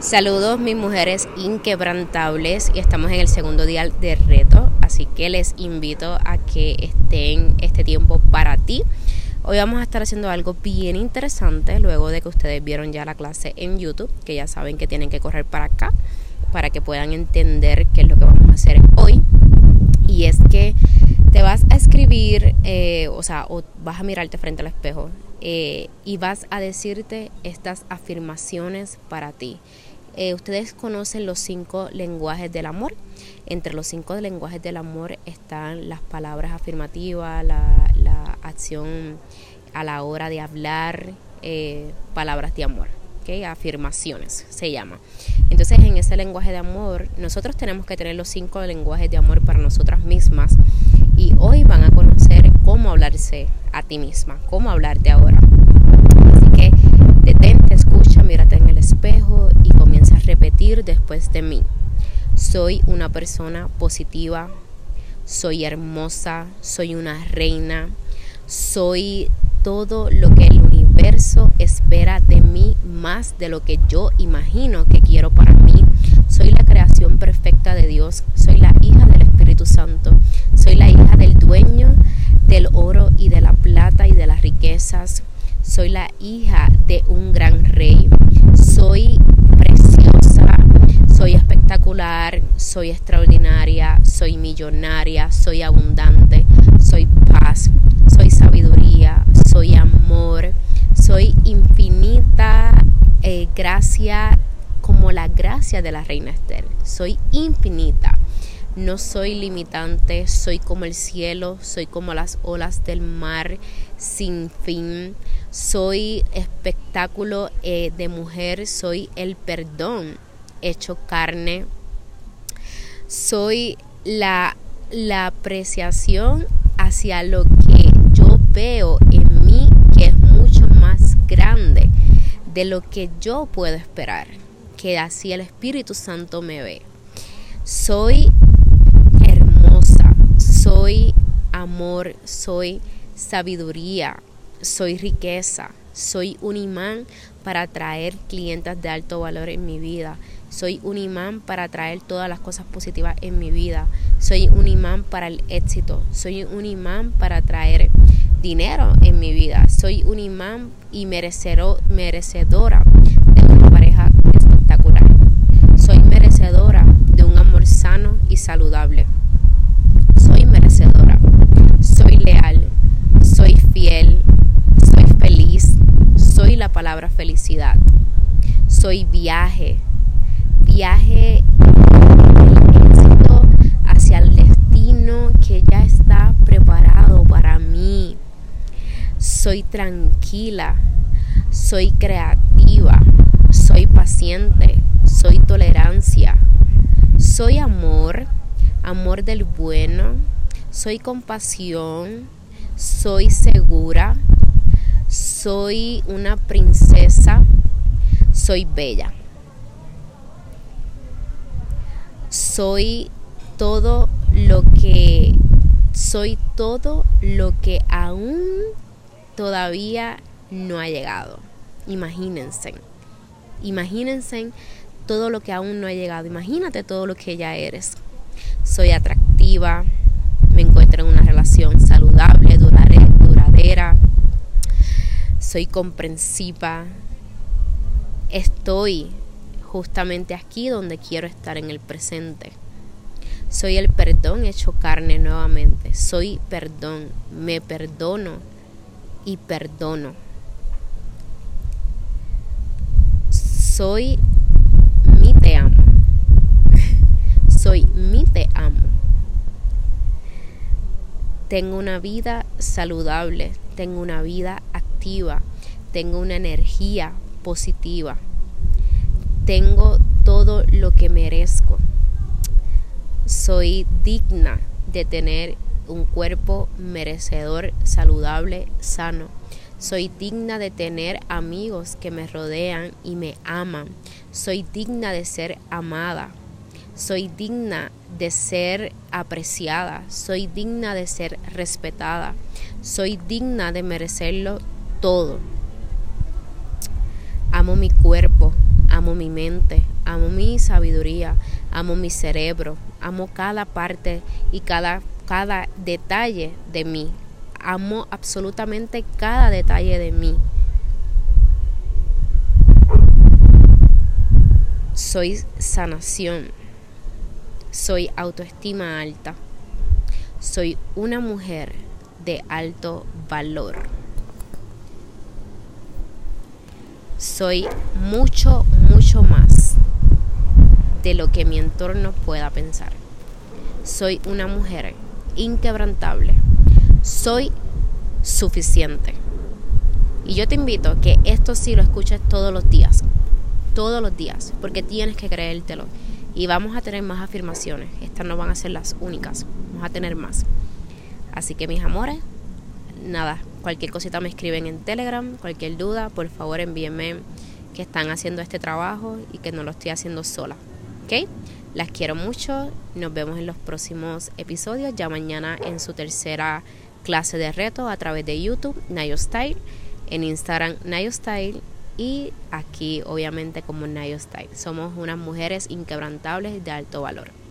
Saludos mis mujeres inquebrantables, y estamos en el segundo día del reto, así que les invito a que estén este tiempo para ti. Hoy vamos a estar haciendo algo bien interesante luego de que ustedes vieron ya la clase en YouTube, que ya saben que tienen que correr para acá para que puedan entender qué es lo que vamos a hacer hoy. Y es que te vas a escribir, o vas a mirarte frente al espejo y vas a decirte estas afirmaciones para ti. Ustedes conocen los 5 lenguajes del amor. Entre los 5 lenguajes del amor están las palabras afirmativas, la acción a la hora de hablar, palabras de amor, ¿okay? Afirmaciones se llama. Entonces, en ese lenguaje de amor, nosotros tenemos que tener los 5 lenguajes de amor para nosotras mismas. Y hoy van a conocer cómo hablarse a ti misma, cómo hablarte ahora. Así que detente, escucha, mírate en el espejo y comienza a repetir después de mí. Soy una persona positiva, soy hermosa, soy una reina, soy todo lo que el universo espera de mí, más de lo que yo imagino que quiero para mí. Soy la creación perfecta de Dios, soy la hija del Espíritu Santo, soy la hija del dueño del oro y de la plata y de las riquezas, soy la hija de un gran rey, soy preciosa, soy espectacular, soy extraordinaria, soy millonaria, soy abundante, soy paz, soy sabiduría, soy amor, soy infinita gracia, como la gracia de la reina Esther. Soy infinita, no soy limitante, soy como el cielo, soy como las olas del mar sin fin, soy espectáculo de mujer, soy el perdón hecho carne, soy la apreciación hacia lo que yo veo en mí, que es mucho más grande de lo que yo puedo esperar, que así el Espíritu Santo me ve. Soy hermosa, soy amor, soy sabiduría, soy riqueza, soy un imán para atraer clientas de alto valor en mi vida. Soy un imán para atraer todas las cosas positivas en mi vida. Soy un imán para el éxito. Soy un imán para atraer dinero en mi vida. Soy un imán y merecedora de una pareja espectacular. Soy merecedora de un amor sano y saludable. Soy merecedora. Soy leal. Soy fiel. Soy feliz. Soy la palabra felicidad. Soy viaje el éxito hacia el destino que ya está preparado para mí. Soy tranquila, soy creativa, soy paciente, soy tolerancia, soy amor del bueno, soy compasión, soy segura, soy una princesa, soy bella. Soy todo lo que aún todavía no ha llegado. Imagínense todo lo que aún no ha llegado. Imagínate todo lo que ya eres. Soy atractiva, me encuentro en una relación saludable, duradera. Soy comprensiva. Estoy justamente aquí donde quiero estar, en el presente. Soy el perdón hecho carne nuevamente. Soy perdón, me perdono y perdono. Soy mi te amo. Soy mi te amo. Tengo una vida saludable, tengo una vida activa, tengo una energía positiva. Tengo todo lo que merezco. Soy digna de tener un cuerpo merecedor, saludable, sano. Soy digna de tener amigos que me rodean y me aman. Soy digna de ser amada. Soy digna de ser apreciada. Soy digna de ser respetada. Soy digna de merecerlo todo. Amo mi cuerpo, amo mi mente, amo mi sabiduría, amo mi cerebro, amo cada parte y cada detalle de mí. Amo absolutamente cada detalle de mí. Soy sanación. Soy autoestima alta. Soy una mujer de alto valor. Soy mucho, mucho más de lo que mi entorno pueda pensar. Soy una mujer inquebrantable. Soy suficiente. Y yo te invito a que esto sí lo escuches todos los días, porque tienes que creértelo. Y vamos a tener más afirmaciones. Estas no van a ser las únicas, vamos a tener más. Así que mis amores, nada, cualquier cosita me escriben en Telegram, cualquier duda, por favor envíenme que están haciendo este trabajo y que no lo estoy haciendo sola, ¿ok? Las quiero mucho, nos vemos en los próximos episodios, ya mañana en su tercera clase de reto a través de YouTube, Nayo Style, en Instagram, Nayo Style, y aquí obviamente como Nayo Style. Somos unas mujeres inquebrantables de alto valor.